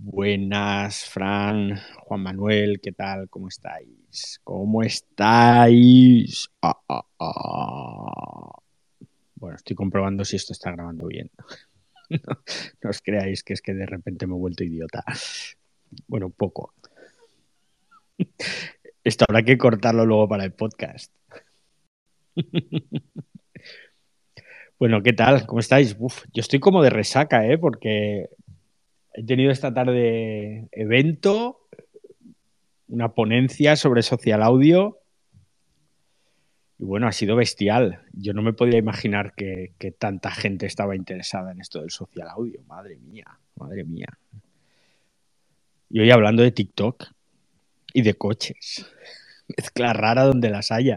Buenas, Fran, Juan Manuel, ¿qué tal? ¿Cómo estáis? ¿Cómo estáis? Bueno, estoy comprobando si esto está grabando bien. No, no os creáis que es que de repente me he vuelto idiota. Bueno, un poco. Esto habrá que cortarlo luego para el podcast. Bueno, ¿qué tal? ¿Cómo estáis? Uf, yo estoy como de resaca, ¿eh? Porque he tenido esta tarde evento, una ponencia sobre social audio. Y bueno, ha sido bestial. Yo no me podía imaginar que tanta gente estaba interesada en esto del social audio. Madre mía, madre mía. Y hoy hablando de TikTok y de coches. Mezcla rara donde las haya.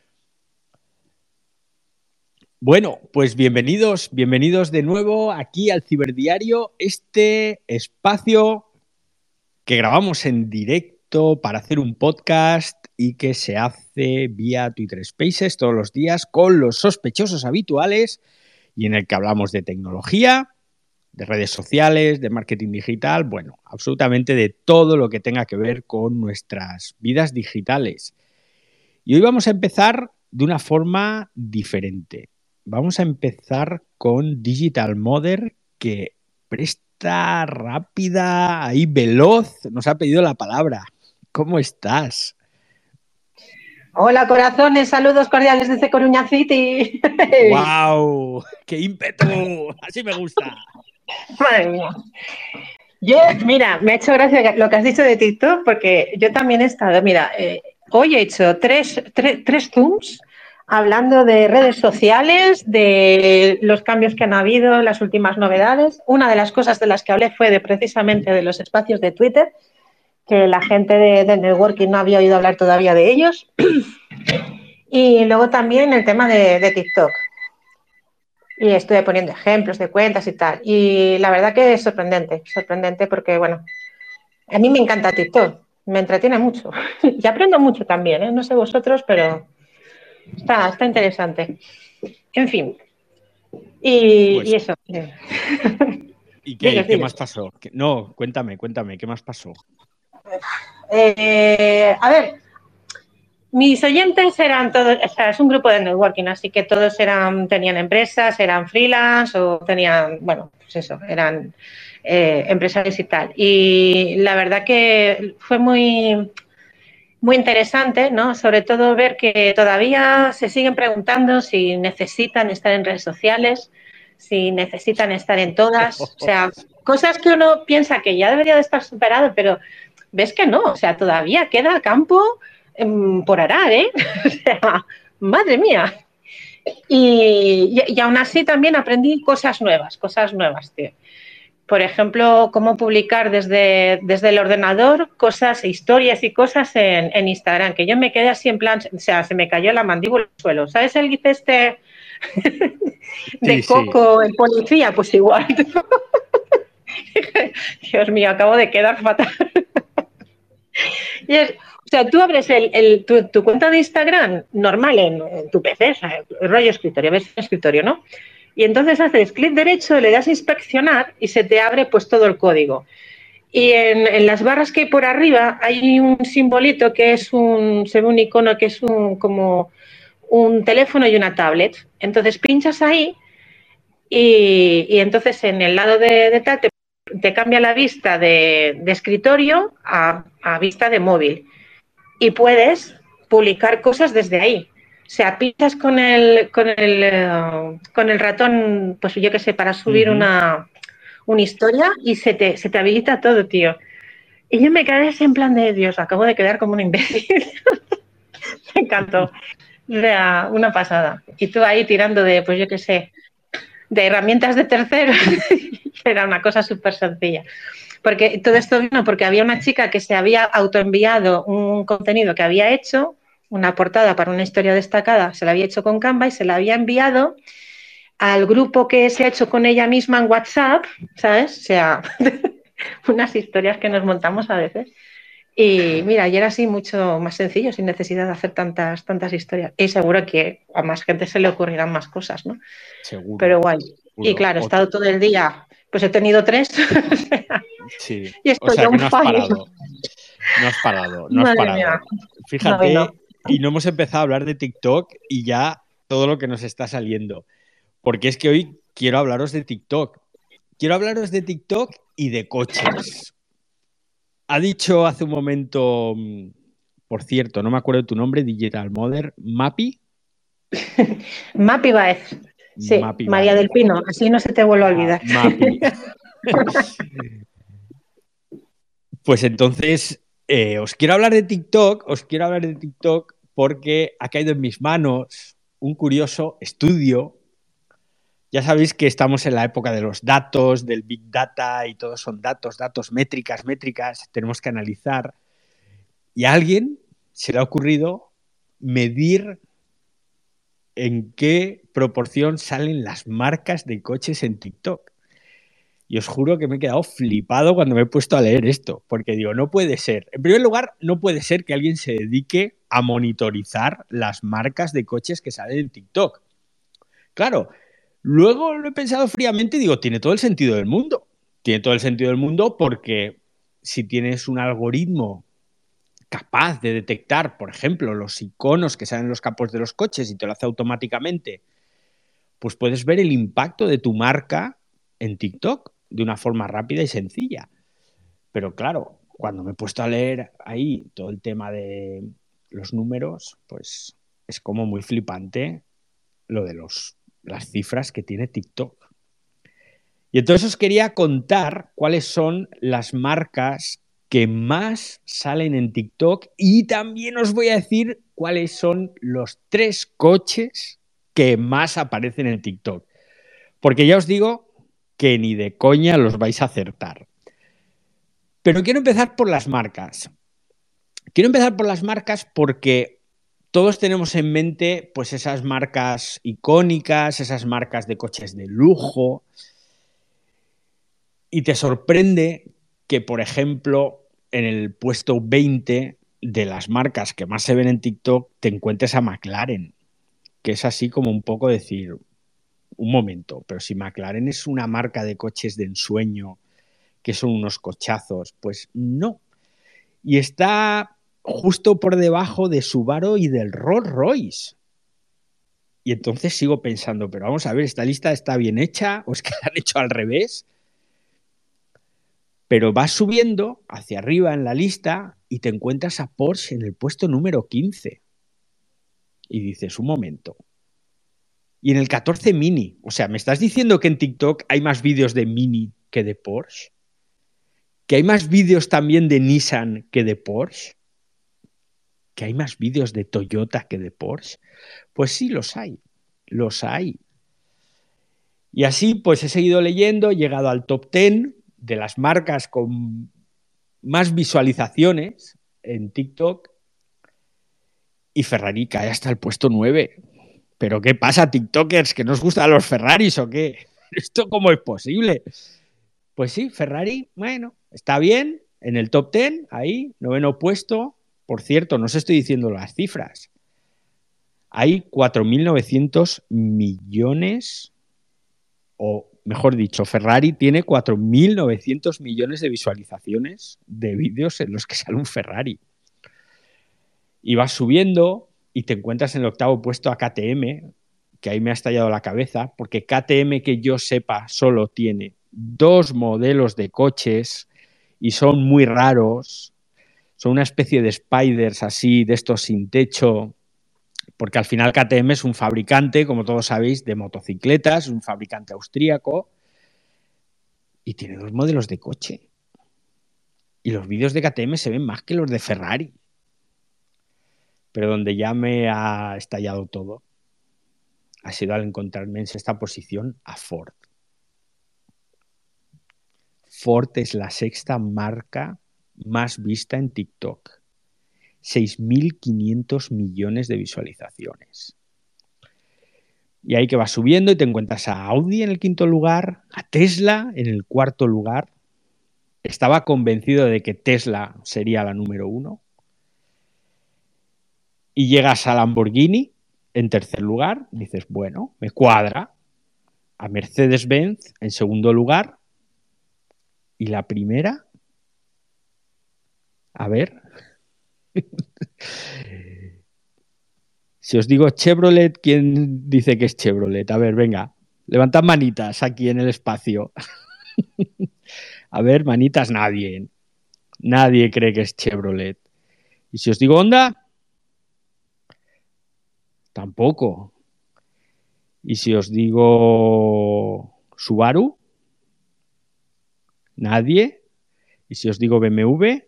Bueno, pues bienvenidos de nuevo aquí al Ciberdiario, este espacio que grabamos en directo para hacer un podcast y que se hace vía Twitter Spaces todos los días con los sospechosos habituales y en el que hablamos de tecnología, de redes sociales, de marketing digital, bueno, absolutamente de todo lo que tenga que ver con nuestras vidas digitales. Y hoy vamos a empezar de una forma diferente. Vamos a empezar con Digital Mother, que presta rápida y veloz nos ha pedido la palabra. ¿Cómo estás? Hola corazones, saludos cordiales desde Coruña City. ¡Wow! ¡Qué ímpetu! Así me gusta. Madre mía. Yo, mira, me ha hecho gracia lo que has dicho de TikTok porque yo también he estado, mira, hoy he hecho tres Zooms hablando de redes sociales, de los cambios que han habido, las últimas novedades. Una de las cosas de las que hablé fue precisamente de los espacios de Twitter, que la gente de networking no había oído hablar todavía de ellos. Y luego también el tema de TikTok. Y estuve poniendo ejemplos de cuentas y tal. Y la verdad que es sorprendente porque, bueno, a mí me encanta TikTok, me entretiene mucho. Y aprendo mucho también, ¿eh? No sé vosotros, pero está interesante. En fin, y Pues, eso. ¿y qué? ¿Y Diles, qué más diles. pasó? No, cuéntame, ¿qué más pasó? A ver, mis oyentes eran todos, o sea, es un grupo de networking, así que todos tenían empresas, eran freelance o tenían, bueno, pues eso, eran empresarios y tal. Y la verdad que fue muy interesante, ¿no? Sobre todo ver que todavía se siguen preguntando si necesitan estar en redes sociales, si necesitan estar en todas, o sea, cosas que uno piensa que ya debería de estar superado, pero ves que no, o sea, todavía queda campo por arar, ¿eh? O sea, madre mía. Y aún así también aprendí cosas nuevas, tío. Por ejemplo, cómo publicar desde el ordenador cosas, historias y cosas en Instagram, que yo me quedé así en plan, o sea, se me cayó la mandíbula al suelo. ¿Sabes el gif este Sí, de sí. Coco, el policía? Pues igual. Dios mío, acabo de quedar fatal. O sea, tú abres tu cuenta de Instagram normal en tu PC, o sea, rollo escritorio, ves escritorio, ¿no? Y entonces haces clic derecho, le das a inspeccionar y se te abre pues todo el código. Y en las barras que hay por arriba hay un simbolito que es se ve un icono que es como un teléfono y una tablet. Entonces pinchas ahí y entonces en el lado de tal te cambia la vista de escritorio a vista de móvil. Y puedes publicar cosas desde ahí. O sea, pinchas con el ratón, pues yo qué sé, para subir Ujú. una historia y se te habilita todo, tío. Y yo me quedé en plan de Dios, acabo de quedar como un imbécil. Me encantó. O sea, una pasada. Y tú ahí tirando de, pues yo qué sé, de herramientas de terceros. Era una cosa súper sencilla. Porque todo esto vino porque había una chica que se había autoenviado un contenido que había hecho, una portada para una historia destacada, se la había hecho con Canva y se la había enviado al grupo que se ha hecho con ella misma en WhatsApp, ¿sabes? O sea, unas historias que nos montamos a veces. Y mira, y era así mucho más sencillo, sin necesidad de hacer tantas historias. Y seguro que a más gente se le ocurrirán más cosas, ¿no? Seguro, Pero guay. Y seguro. claro, he estado todo el día Pues he tenido 3 Sí, y o estoy sea que on no has fire. parado, no has parado, no has Madre mía, parado. no y no. Fíjate, y no hemos empezado a hablar de TikTok y ya todo lo que nos está saliendo. Porque es que hoy quiero hablaros de TikTok. Quiero hablaros de TikTok y de coches. Ha dicho hace un momento, por cierto, no me acuerdo de tu nombre, Digital Mother, Mapi. Mapi Baez. Sí, Mapi María del Baez. Pino, así no se te vuelve a olvidar. Mapi. Pues entonces, os quiero hablar de TikTok porque ha caído en mis manos un curioso estudio. Ya sabéis que estamos en la época de los datos, del Big Data y todos son datos, datos, métricas, métricas, tenemos que analizar. Y a alguien se le ha ocurrido medir en qué proporción salen las marcas de coches en TikTok. Y os juro que me he quedado flipado cuando me he puesto a leer esto, porque digo, no puede ser. En primer lugar, no puede ser que alguien se dedique a monitorizar las marcas de coches que salen en TikTok. Claro, luego lo he pensado fríamente y digo, tiene todo el sentido del mundo. Tiene todo el sentido del mundo porque si tienes un algoritmo capaz de detectar, por ejemplo, los iconos que salen en los capos de los coches y te lo hace automáticamente, pues puedes ver el impacto de tu marca en TikTok de una forma rápida y sencilla. Pero claro, cuando me he puesto a leer ahí todo el tema de los números, pues es como muy flipante lo de las cifras que tiene TikTok. Y entonces os quería contar cuáles son las marcas que más salen en TikTok y también os voy a decir cuáles son los 3 coches que más aparecen en TikTok. Porque ya os digo que ni de coña los vais a acertar. Pero quiero empezar por las marcas. Quiero empezar por las marcas porque todos tenemos en mente pues esas marcas icónicas, esas marcas de coches de lujo, y te sorprende que, por ejemplo, en el puesto 20 de las marcas que más se ven en TikTok te encuentres a McLaren, que es así como un poco decir, un momento, pero si McLaren es una marca de coches de ensueño, que son unos cochazos, pues no. Y está justo por debajo de Subaru y del Rolls Royce. Y entonces sigo pensando, pero vamos a ver, ¿esta lista está bien hecha o es que la han hecho al revés? Pero vas subiendo hacia arriba en la lista y te encuentras a Porsche en el puesto número 15. Y dices, un momento. Y en el 14 Mini. O sea, ¿me estás diciendo que en TikTok hay más vídeos de Mini que de Porsche? ¿Que hay más vídeos también de Nissan que de Porsche? ¿Que hay más vídeos de Toyota que de Porsche? Pues sí, los hay. Los hay. Y así, pues he seguido leyendo, he llegado al top 10 de las marcas con más visualizaciones en TikTok y Ferrari cae hasta el puesto 9. ¿Pero qué pasa, TikTokers? ¿Que no os gustan los Ferraris o qué? ¿Esto cómo es posible? Pues sí, Ferrari, bueno, está bien, en el top 10, ahí, noveno puesto. Por cierto, no os estoy diciendo las cifras. Hay 4.900 millones, o mejor dicho, Ferrari tiene 4.900 millones de visualizaciones de vídeos en los que sale un Ferrari. Y vas subiendo y te encuentras en el octavo puesto a KTM, que ahí me ha estallado la cabeza, porque KTM, que yo sepa, solo tiene 2 modelos de coches y son muy raros. Son una especie de spiders así, de estos sin techo, porque al final KTM es un fabricante, como todos sabéis, de motocicletas, un fabricante austríaco, y tiene 2 modelos de coche. Y los vídeos de KTM se ven más que los de Ferrari. Pero donde ya me ha estallado todo ha sido al encontrarme en sexta posición a Ford. Ford es la sexta marca más vista en TikTok. 6.500 millones de visualizaciones. Y ahí que vas subiendo y te encuentras a Audi en el quinto lugar, a Tesla en el cuarto lugar. Estaba convencido de que Tesla sería la número 1. Y llegas a Lamborghini en tercer lugar. Dices, bueno, me cuadra. A Mercedes-Benz en segundo lugar ¿Y la primera? A ver. Si os digo Chevrolet, ¿quién dice que es Chevrolet? A ver, venga. Levantad manitas aquí en el espacio. A ver, manitas, nadie. Nadie cree que es Chevrolet. Y si os digo Honda, tampoco. Y si os digo Subaru, nadie. Y si os digo BMW,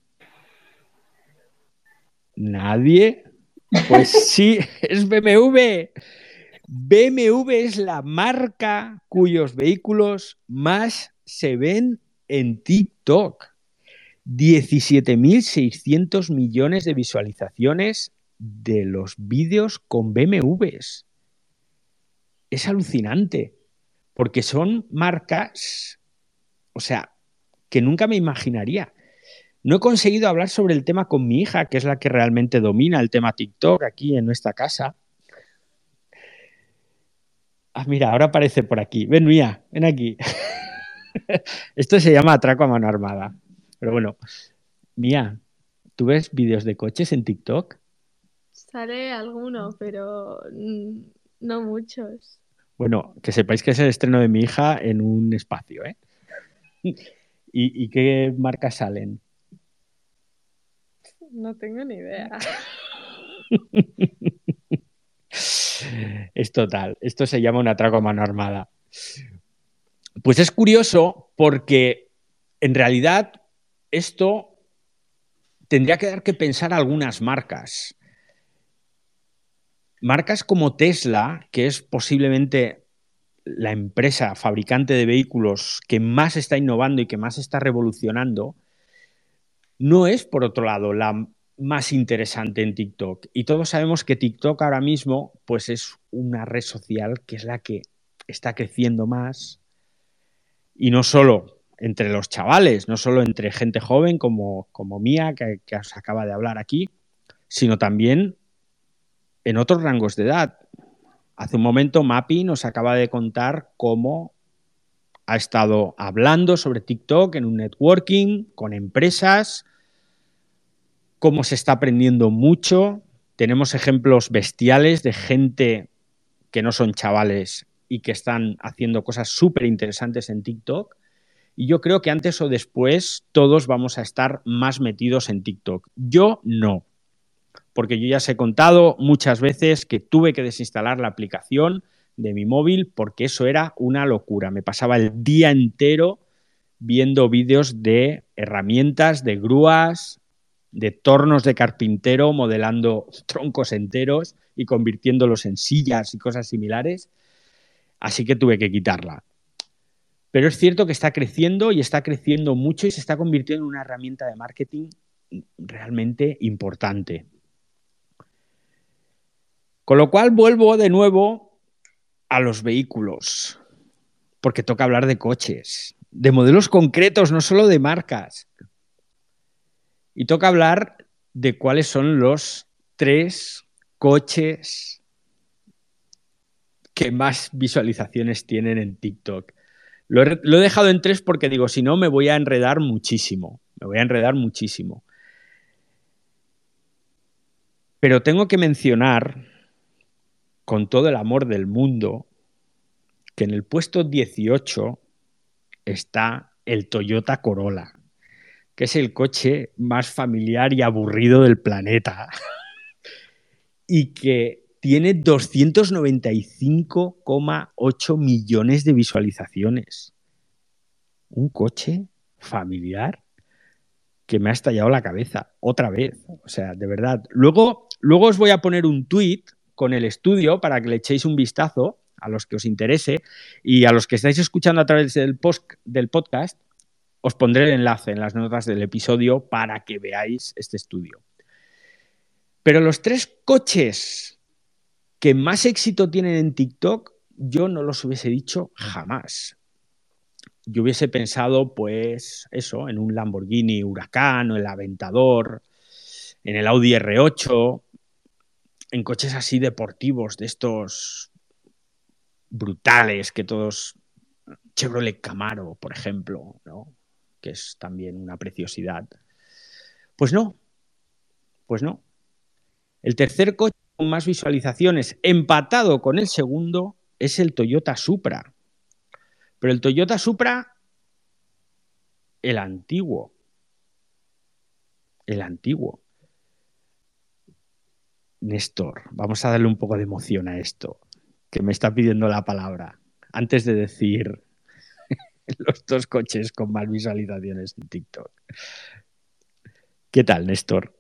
nadie. Pues sí, es BMW. BMW es la marca cuyos vehículos más se ven en TikTok. 17.600 millones de visualizaciones de los vídeos con BMWs. Es alucinante, porque son marcas, o sea, que nunca me imaginaría. No he conseguido hablar sobre el tema con mi hija, que es la que realmente domina el tema TikTok aquí en nuestra casa. Ah, mira, ahora aparece por aquí. Ven, Mía, ven aquí. Esto se llama atraco a mano armada. Pero bueno, Mía, ¿tú ves vídeos de coches en TikTok? Sale alguno, pero no muchos. Bueno, que sepáis que es el estreno de mi hija en un espacio, ¿eh? ¿Y qué marcas salen? No tengo ni idea. Es total, esto se llama un atraco a mano armada. Pues es curioso porque en realidad esto tendría que dar que pensar a algunas marcas. Marcas como Tesla, que es posiblemente la empresa fabricante de vehículos que más está innovando y que más está revolucionando, no es, por otro lado, la más interesante en TikTok. Y todos sabemos que TikTok ahora mismo pues es una red social que es la que está creciendo más, y no solo entre los chavales, no solo entre gente joven como Mía, que os acaba de hablar aquí, sino también en otros rangos de edad. Hace un momento Mapi nos acaba de contar cómo ha estado hablando sobre TikTok en un networking con empresas, cómo se está aprendiendo mucho. Tenemos ejemplos bestiales de gente que no son chavales y que están haciendo cosas súper interesantes en TikTok. Y yo creo que antes o después todos vamos a estar más metidos en TikTok. Yo no, porque yo ya os he contado muchas veces que tuve que desinstalar la aplicación de mi móvil porque eso era una locura. Me pasaba el día entero viendo vídeos de herramientas, de grúas, de tornos de carpintero, modelando troncos enteros y convirtiéndolos en sillas y cosas similares. Así que tuve que quitarla. Pero es cierto que está creciendo y está creciendo mucho y se está convirtiendo en una herramienta de marketing realmente importante. Con lo cual vuelvo de nuevo a los vehículos, porque toca hablar de coches, de modelos concretos, no solo de marcas. Y toca hablar de cuáles son los 3 coches que más visualizaciones tienen en TikTok. Lo he dejado en 3 porque digo, si no me voy a enredar muchísimo. Me voy a enredar muchísimo. Pero tengo que mencionar, con todo el amor del mundo, que en el puesto 18 está el Toyota Corolla, que es el coche más familiar y aburrido del planeta y que tiene 295,8 millones de visualizaciones. Un coche familiar que me ha estallado la cabeza otra vez. O sea, de verdad. Luego os voy a poner un tweet con el estudio para que le echéis un vistazo a los que os interese, y a los que estáis escuchando a través del podcast, os pondré el enlace en las notas del episodio para que veáis este estudio. Pero los 3 coches que más éxito tienen en TikTok, yo no los hubiese dicho jamás. Yo hubiese pensado, pues, eso, en un Lamborghini Huracán o el Aventador, en el Audi R8, en coches así deportivos, de estos brutales que todos... Chevrolet Camaro, por ejemplo, ¿no? que es también una preciosidad. Pues no, pues no. El tercer coche con más visualizaciones, empatado con el segundo, es el Toyota Supra. Pero el Toyota Supra, el antiguo. El antiguo. Néstor, vamos a darle un poco de emoción a esto, que me está pidiendo la palabra, antes de decir los dos coches con más visualizaciones en TikTok. ¿Qué tal, Néstor?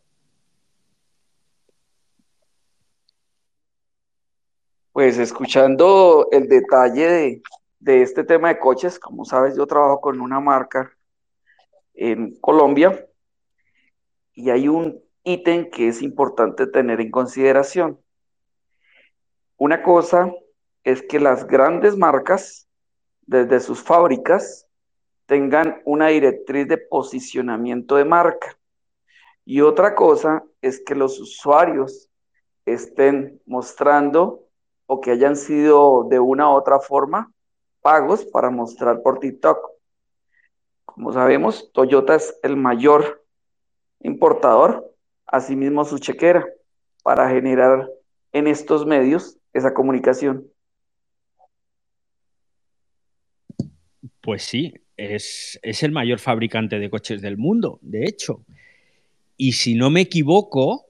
Pues escuchando el detalle de este tema de coches, como sabes, yo trabajo con una marca en Colombia y hay un ítem que es importante tener en consideración. Una cosa es que las grandes marcas, desde sus fábricas, tengan una directriz de posicionamiento de marca. Y otra cosa es que los usuarios estén mostrando o que hayan sido de una u otra forma pagos para mostrar por TikTok. Como sabemos, Toyota es el mayor importador, asimismo su chequera, para generar en estos medios esa comunicación. Pues sí, es el mayor fabricante de coches del mundo, de hecho. Y si no me equivoco,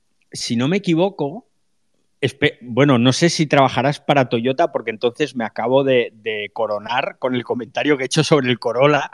bueno, no sé si trabajarás para Toyota, porque entonces me acabo de coronar con el comentario que he hecho sobre el Corolla.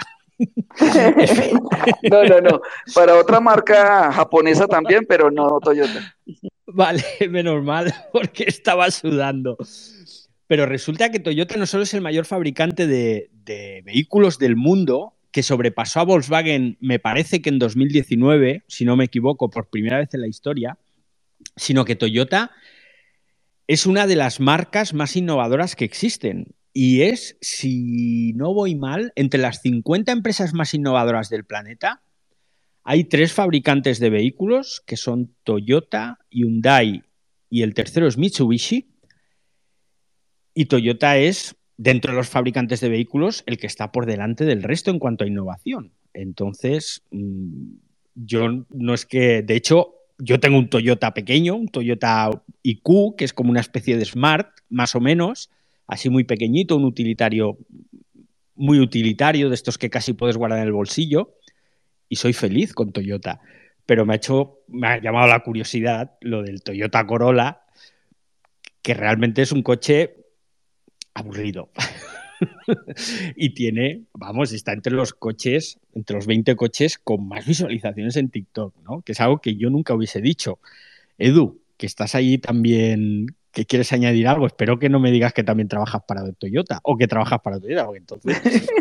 No. Para otra marca japonesa también, pero no Toyota. Vale, menos mal, porque estaba sudando. Pero resulta que Toyota no solo es el mayor fabricante de vehículos del mundo, que sobrepasó a Volkswagen, me parece que en 2019, si no me equivoco, por primera vez en la historia, sino que Toyota es una de las marcas más innovadoras que existen. Y es, si no voy mal, entre las 50 empresas más innovadoras del planeta, hay 3 fabricantes de vehículos, que son Toyota, Hyundai y el tercero es Mitsubishi. Y Toyota es, dentro de los fabricantes de vehículos, el que está por delante del resto en cuanto a innovación. Entonces, yo no es que, de hecho, yo tengo un Toyota pequeño, un Toyota IQ, que es como una especie de Smart, más o menos, así muy pequeñito, un utilitario muy utilitario, de estos que casi puedes guardar en el bolsillo, y soy feliz con Toyota. Pero me ha llamado la curiosidad lo del Toyota Corolla, que realmente es un coche aburrido. Y tiene, vamos, está entre los coches, entre los 20 coches con más visualizaciones en TikTok, ¿no? Que es algo que yo nunca hubiese dicho. Edu, que estás ahí también, que quieres añadir algo, espero que no me digas que también trabajas para Toyota o que trabajas para Toyota, porque entonces...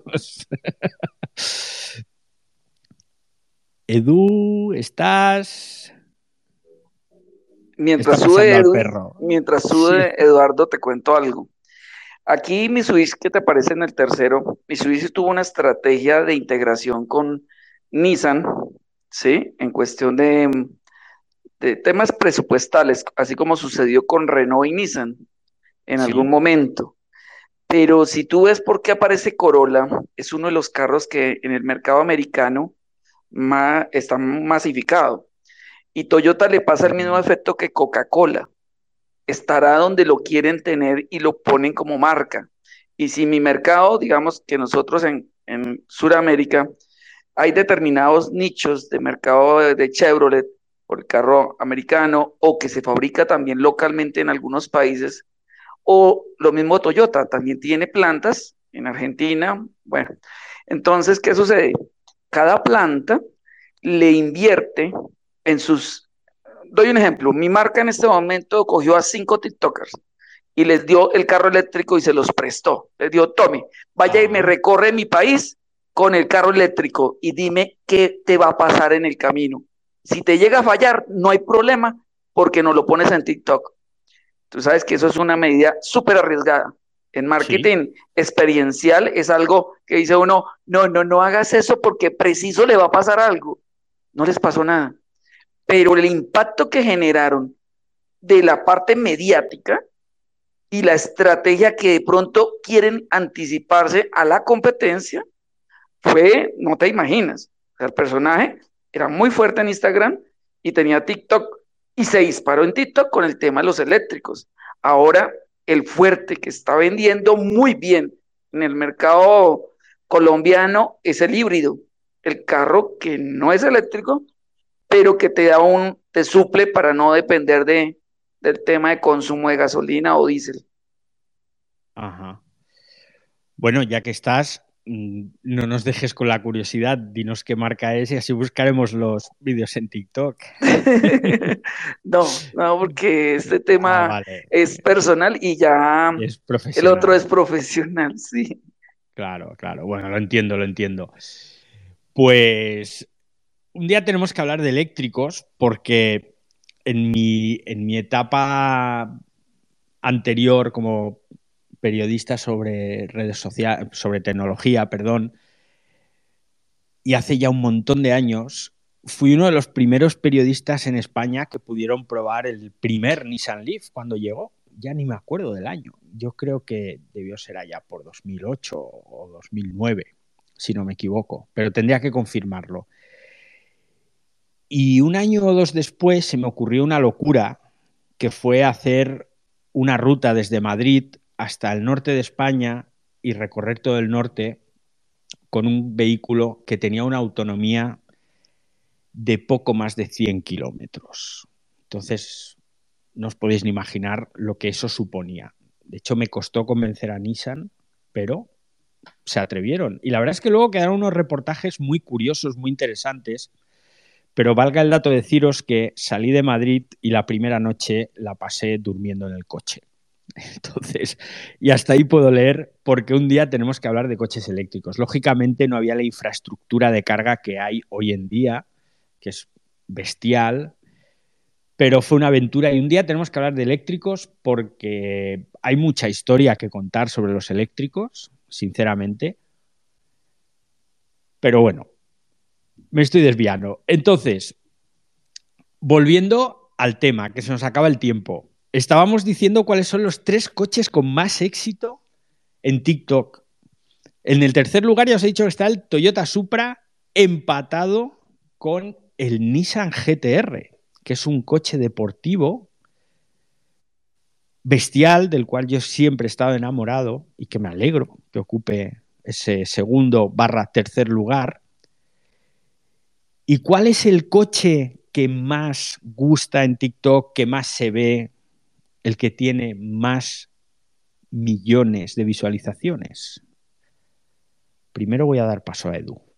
Edu, estás... Mientras Está pasando sube al Edu, perro. mientras Sí. sube Eduardo, te cuento algo. Aquí Mitsubishi, ¿qué te parece en el tercero? Mitsubishi tuvo una estrategia de integración con Nissan, ¿sí? En cuestión de temas presupuestales, así como sucedió con Renault y Nissan en algún Sí. momento. Pero si tú ves por qué aparece Corolla, es uno de los carros que en el mercado americano está masificado. Y Toyota le pasa el mismo efecto que Coca-Cola. Estará donde lo quieren tener y lo ponen como marca. Y si mi mercado, digamos que nosotros en Sudamérica, hay determinados nichos de mercado de Chevrolet por el carro americano o que se fabrica también localmente en algunos países, o lo mismo Toyota, también tiene plantas en Argentina. Bueno, entonces, ¿qué sucede? Cada planta le invierte en sus... Doy un ejemplo, mi marca en este momento cogió a 5 TikTokers y les dio el carro eléctrico y se los prestó. Les dio, tome, vaya y me recorre mi país con el carro eléctrico y dime qué te va a pasar en el camino. Si te llega a fallar, no hay problema porque no lo pones en TikTok. Tú sabes que eso es una medida súper arriesgada. En Sí. marketing experiencial es algo que dice uno, no hagas eso porque preciso le va a pasar algo. No les pasó nada. Pero el impacto que generaron de la parte mediática y la estrategia que de pronto quieren anticiparse a la competencia, no te imaginas. O sea, el personaje era muy fuerte en Instagram y tenía TikTok y se disparó en TikTok con el tema de los eléctricos. Ahora, el fuerte que está vendiendo muy bien en el mercado colombiano es el híbrido, el carro que no es eléctrico, pero que te suple para no depender del tema de consumo de gasolina o diésel. Ajá. Bueno, ya que estás, no nos dejes con la curiosidad, dinos qué marca es y así buscaremos los vídeos en TikTok. No, no, porque este Ah, tema vale. es personal y ya Es el otro es profesional. profesional, sí. Claro, claro. Bueno, lo entiendo, lo entiendo. Pues un día tenemos que hablar de eléctricos porque en mi etapa anterior como periodista sobre redes sociales, sobre tecnología, perdón, y hace ya un montón de años, fui uno de los primeros periodistas en España que pudieron probar el primer Nissan Leaf cuando llegó. Ya ni me acuerdo del año. Yo creo que debió ser allá por 2008 o 2009, si no me equivoco, pero tendría que confirmarlo. Y un año o dos después se me ocurrió una locura que fue hacer una ruta desde Madrid hasta el norte de España y recorrer todo el norte con un vehículo que tenía una autonomía de poco más de 100 kilómetros. Entonces, no os podéis ni imaginar lo que eso suponía. De hecho, me costó convencer a Nissan, pero se atrevieron. Y la verdad es que luego quedaron unos reportajes muy curiosos, muy interesantes, pero valga el dato deciros que salí de Madrid y la primera noche la pasé durmiendo en el coche. Entonces, y hasta ahí puedo leer porque un día tenemos que hablar de coches eléctricos. Lógicamente no había la infraestructura de carga que hay hoy en día, que es bestial, pero fue una aventura y un día tenemos que hablar de eléctricos porque hay mucha historia que contar sobre los eléctricos, sinceramente. Pero bueno, me estoy desviando. Entonces, volviendo al tema, que se nos acaba el tiempo. Estábamos diciendo cuáles son los 3 coches con más éxito en TikTok. En el tercer lugar ya os he dicho que está el Toyota Supra empatado con el Nissan GT-R, que es un coche deportivo bestial del cual yo siempre he estado enamorado y que me alegro que ocupe ese segundo / tercer lugar. ¿Y cuál es el coche que más gusta en TikTok, que más se ve, el que tiene más millones de visualizaciones? Primero voy a dar paso a Edu.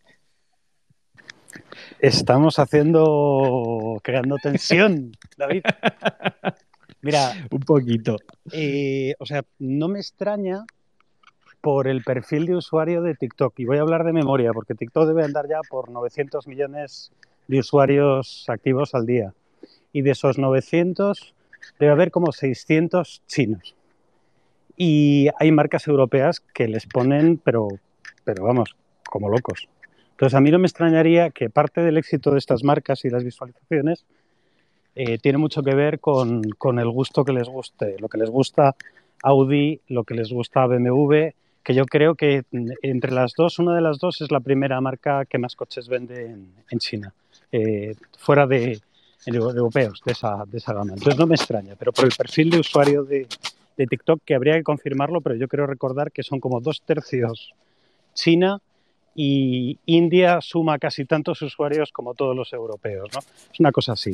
Estamos creando tensión, David. Mira, un poquito. O sea, no me extraña por el perfil de usuario de TikTok. Y voy a hablar de memoria, porque TikTok debe andar ya por 900 millones de usuarios activos al día. Y de esos 900 debe haber como 600 chinos. Y hay marcas europeas que les ponen, pero vamos, como locos. Entonces, a mí no me extrañaría que parte del éxito de estas marcas y las visualizaciones tiene mucho que ver con el gusto que les guste, lo que les gusta Audi, lo que les gusta BMW, que yo creo que entre las dos, una de las dos es la primera marca que más coches vende en China, fuera de europeos, de esa gama. Entonces no me extraña, pero por el perfil de usuario de TikTok, que habría que confirmarlo, pero yo creo recordar que son como 2/3 China y India suma casi tantos usuarios como todos los europeos, ¿no? Es una cosa así.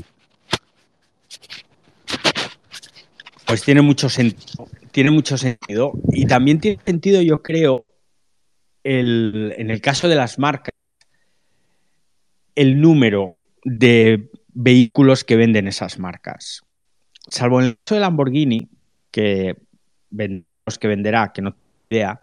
Pues tiene mucho sentido. Y también tiene sentido, yo creo, en el caso de las marcas, el número de vehículos que venden esas marcas. Salvo en el caso de Lamborghini, que los que venderá, que no tengo idea,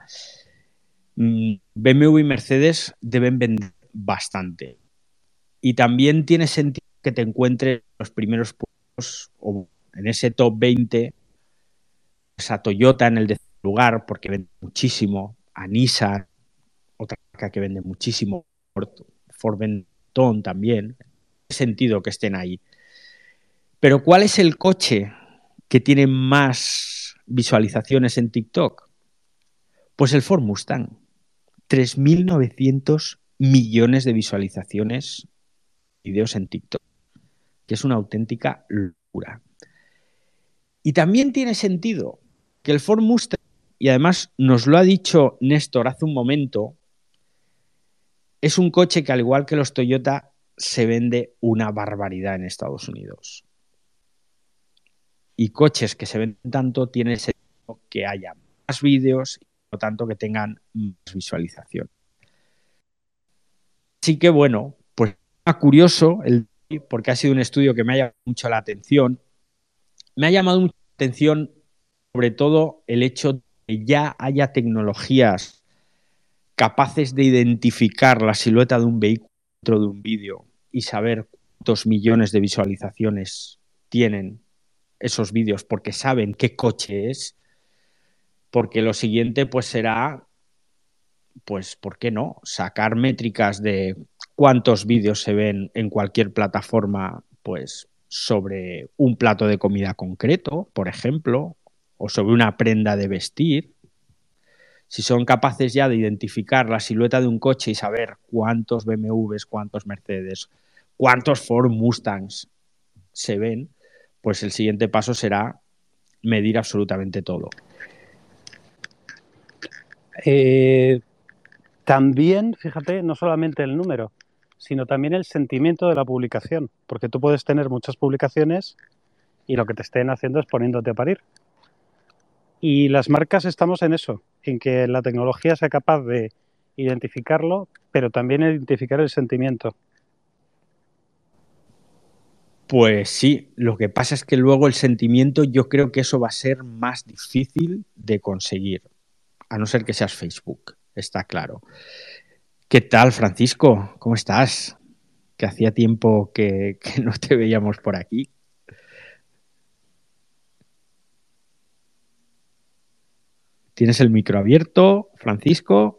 BMW y Mercedes deben vender bastante. Y también tiene sentido que te encuentres en los primeros puestos o en ese top 20, pues a Toyota en el 10º lugar, porque vende muchísimo, a Nissan, otra marca que vende muchísimo, Ford vende también. Tiene sentido que estén ahí. Pero ¿cuál es el coche que tiene más visualizaciones en TikTok? Pues el Ford Mustang. 3.900 millones de visualizaciones vídeos en TikTok, que es una auténtica locura. Y también tiene sentido que el Ford Mustang, y además nos lo ha dicho Néstor hace un momento, es un coche que, al igual que los Toyota, se vende una barbaridad en Estados Unidos. Y coches que se venden tanto tiene sentido que haya más vídeos y, por lo tanto, que tengan más visualización. Así que, bueno, pues es curioso, porque ha sido un estudio que me ha llamado mucho la atención. Me ha llamado mucho la atención, sobre todo, el hecho de que ya haya tecnologías capaces de identificar la silueta de un vehículo dentro de un vídeo y saber cuántos millones de visualizaciones tienen esos vídeos porque saben qué coche es, porque lo siguiente pues será, pues, ¿por qué no? Sacar métricas de cuántos vídeos se ven en cualquier plataforma, pues, sobre un plato de comida concreto, por ejemplo, o sobre una prenda de vestir. Si son capaces ya de identificar la silueta de un coche y saber cuántos BMWs, cuántos Mercedes, cuántos Ford Mustangs se ven, pues el siguiente paso será medir absolutamente todo. También, fíjate, no solamente el número, sino también el sentimiento de la publicación, porque tú puedes tener muchas publicaciones y lo que te estén haciendo es poniéndote a parir. Y las marcas estamos en eso, en que la tecnología sea capaz de identificarlo, pero también identificar el sentimiento. Pues sí, lo que pasa es que luego el sentimiento, yo creo que eso va a ser más difícil de conseguir, a no ser que seas Facebook, está claro. ¿Qué tal, Francisco? ¿Cómo estás? Que hacía tiempo que no te veíamos por aquí. ¿Tienes el micro abierto, Francisco?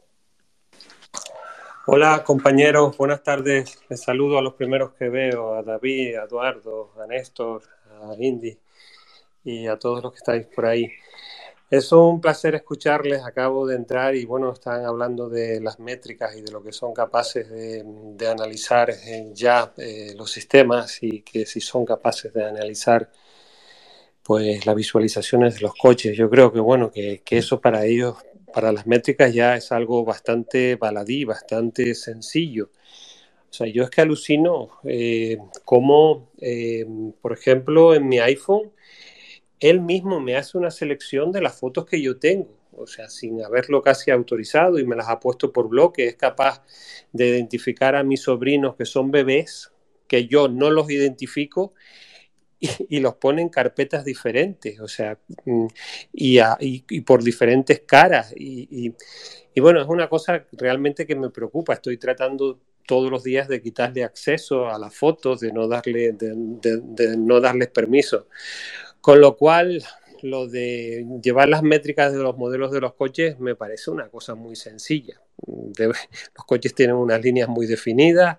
Hola compañeros, buenas tardes. Les saludo a los primeros que veo, a David, a Eduardo, a Néstor, a Indy y a todos los que estáis por ahí. Es un placer escucharles, acabo de entrar y bueno, están hablando de las métricas y de lo que son capaces de analizar ya los sistemas y que si son capaces de analizar pues las visualizaciones de los coches. Yo creo que bueno, que eso para ellos, para las métricas ya es algo bastante baladí, bastante sencillo. O sea, yo es que alucino cómo, por ejemplo, en mi iPhone, él mismo me hace una selección de las fotos que yo tengo. O sea, sin haberlo casi autorizado y me las ha puesto por bloque, es capaz de identificar a mis sobrinos que son bebés, que yo no los identifico, y los pone en carpetas diferentes, o sea, y por diferentes caras. Y bueno, es una cosa realmente que me preocupa. Estoy tratando todos los días de quitarle acceso a las fotos, de no darles permiso. Con lo cual, lo de llevar las métricas de los modelos de los coches me parece una cosa muy sencilla. Los coches tienen unas líneas muy definidas.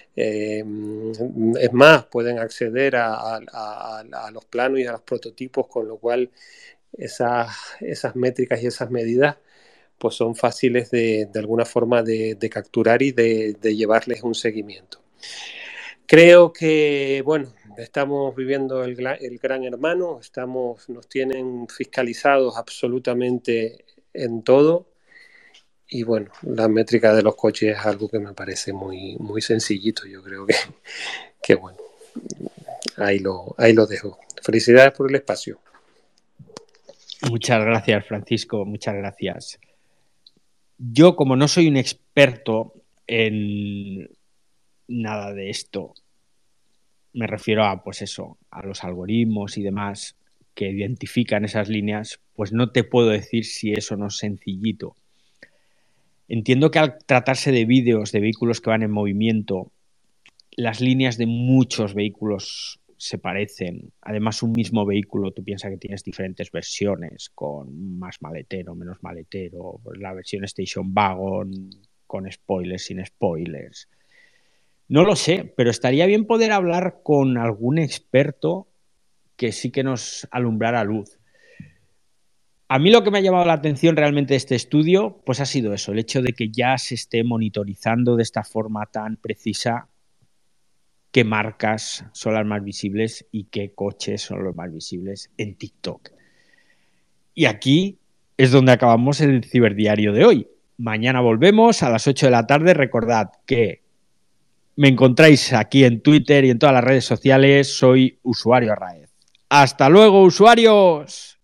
Es más, pueden acceder a los planos y a los prototipos, con lo cual esas métricas y esas medidas pues son fáciles de alguna forma de capturar y de llevarles un seguimiento. Creo que, bueno, estamos viviendo el gran hermano, nos tienen fiscalizados absolutamente en todo. Y bueno, la métrica de los coches es algo que me parece muy, muy sencillito. Yo creo que bueno, ahí lo dejo. Felicidades por el espacio. Muchas gracias, Francisco, muchas gracias. Yo, como no soy un experto en nada de esto, me refiero a, pues eso, a los algoritmos y demás que identifican esas líneas, pues no te puedo decir si eso no es sencillito. Entiendo que al tratarse de vídeos de vehículos que van en movimiento, las líneas de muchos vehículos se parecen. Además, un mismo vehículo, tú piensas que tienes diferentes versiones, con más maletero, menos maletero, la versión Station Wagon, con spoilers, sin spoilers. No lo sé, pero estaría bien poder hablar con algún experto que sí que nos alumbrara luz. A mí lo que me ha llamado la atención realmente de este estudio, pues ha sido eso, el hecho de que ya se esté monitorizando de esta forma tan precisa qué marcas son las más visibles y qué coches son los más visibles en TikTok. Y aquí es donde acabamos el ciberdiario de hoy. Mañana volvemos a las 8 de la tarde. Recordad que me encontráis aquí en Twitter y en todas las redes sociales. Soy Usuario Arraez. ¡Hasta luego, usuarios!